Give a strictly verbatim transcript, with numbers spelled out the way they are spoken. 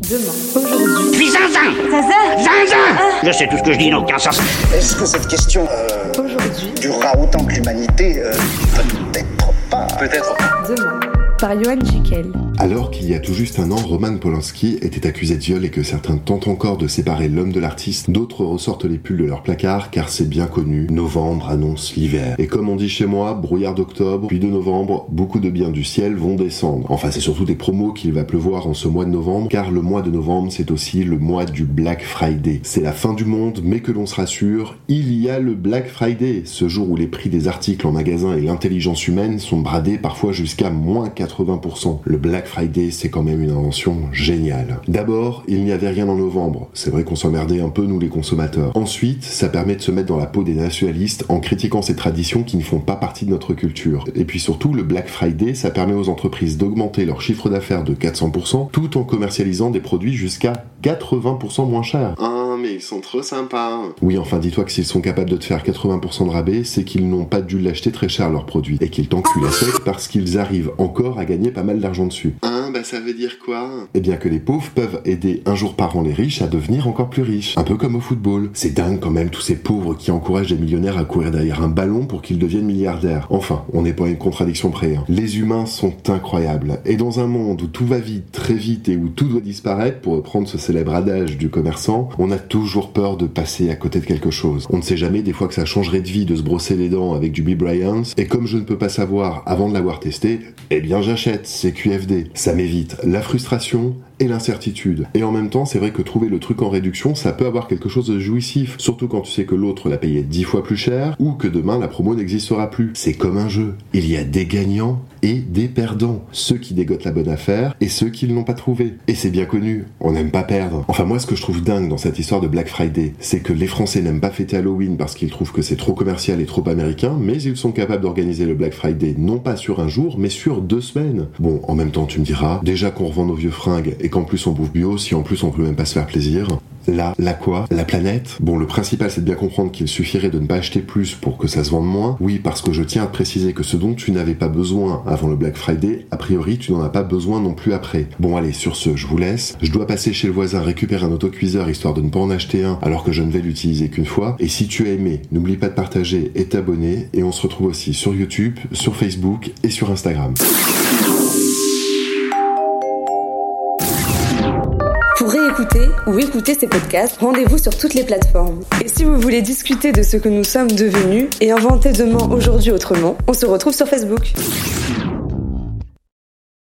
Demain, aujourd'hui. Puis zinzin Zinzin Zinzin ah. Je sais tout ce que je dis n'a aucun sens. Est-ce que cette question euh, Aujourd'hui. durera autant que l'humanité euh, Peut-être pas. Peut-être. Demain, par Johan Jekyll. Alors qu'il y a tout juste un an, Roman Polanski était accusé de viol et que certains tentent encore de séparer l'homme de l'artiste, d'autres ressortent les pulls de leur placard car c'est bien connu, novembre annonce l'hiver. Et comme on dit chez moi, brouillard d'octobre, puis de novembre, beaucoup de biens du ciel vont descendre. Enfin, c'est surtout des promos qu'il va pleuvoir en ce mois de novembre, car le mois de novembre, c'est aussi le mois du Black Friday. C'est la fin du monde, mais que l'on se rassure, il y a le Black Friday, ce jour où les prix des articles en magasin et l'intelligence humaine sont bradés parfois jusqu'à moins quatre-vingts pour cent. Le Black Friday, c'est quand même une invention géniale. D'abord, il n'y avait rien en novembre. C'est vrai qu'on s'emmerdait un peu, nous les consommateurs. Ensuite, ça permet de se mettre dans la peau des nationalistes en critiquant ces traditions qui ne font pas partie de notre culture. Et puis surtout, le Black Friday, ça permet aux entreprises d'augmenter leur chiffre d'affaires de quatre cents pour cent tout en commercialisant des produits jusqu'à quatre-vingts pour cent moins chers. Ah, mais ils sont trop sympas. Oui, enfin, dis-toi que s'ils sont capables de te faire quatre-vingts pour cent de rabais, c'est qu'ils n'ont pas dû l'acheter très cher, leur produit, et qu'ils t'enculent à sec parce qu'ils arrivent encore à gagner pas mal d'argent dessus. Hein, bah ça veut dire quoi? Eh bien que les pauvres peuvent aider un jour par an les riches à devenir encore plus riches. Un peu comme au football. C'est dingue quand même, tous ces pauvres qui encouragent des millionnaires à courir derrière un ballon pour qu'ils deviennent milliardaires. Enfin, on n'est pas à une contradiction près. Hein. Les humains sont incroyables. Et dans un monde où tout va vite, très vite, et où tout doit disparaître, pour reprendre ce célèbre adage du commerçant, on a toujours peur de passer à côté de quelque chose. On ne sait jamais des fois que ça changerait de vie de se brosser les dents avec du B. Bryans, et comme je ne peux pas savoir avant de l'avoir testé, eh bien j'achète, c'est Q F D. Ça m'évite la frustration et l'incertitude. Et en même temps, c'est vrai que trouver le truc en réduction, ça peut avoir quelque chose de jouissif, surtout quand tu sais que l'autre l'a payé dix fois plus cher, ou que demain la promo n'existera plus. C'est comme un jeu. Il y a des gagnants et des perdants. Ceux qui dégotent la bonne affaire et ceux qui ne l'ont pas trouvée. Et c'est bien connu, on n'aime pas perdre. Enfin moi, ce que je trouve dingue dans cette histoire de Black Friday, c'est que les Français n'aiment pas fêter Halloween parce qu'ils trouvent que c'est trop commercial et trop américain, mais ils sont capables d'organiser le Black Friday non pas sur un jour, mais sur deux semaines. Bon, en même temps, tu me diras, déjà qu'on revend nos vieux fringues et qu'en plus on bouffe bio, si en plus on peut même pas se faire plaisir. Là, la quoi? La planète? Bon, le principal c'est de bien comprendre qu'il suffirait de ne pas acheter plus pour que ça se vende moins. Oui, parce que je tiens à préciser que ce dont tu n'avais pas besoin avant le Black Friday, a priori tu n'en as pas besoin non plus après. Bon allez, sur ce, je vous laisse. Je dois passer chez le voisin récupérer un autocuiseur histoire de ne pas en acheter un alors que je ne vais l'utiliser qu'une fois. Et si tu as aimé, n'oublie pas de partager et t'abonner. Et on se retrouve aussi sur YouTube, sur Facebook et sur Instagram. Pour réécouter ou écouter ces podcasts, rendez-vous sur toutes les plateformes. Et si vous voulez discuter de ce que nous sommes devenus et inventer demain, aujourd'hui autrement, on se retrouve sur Facebook.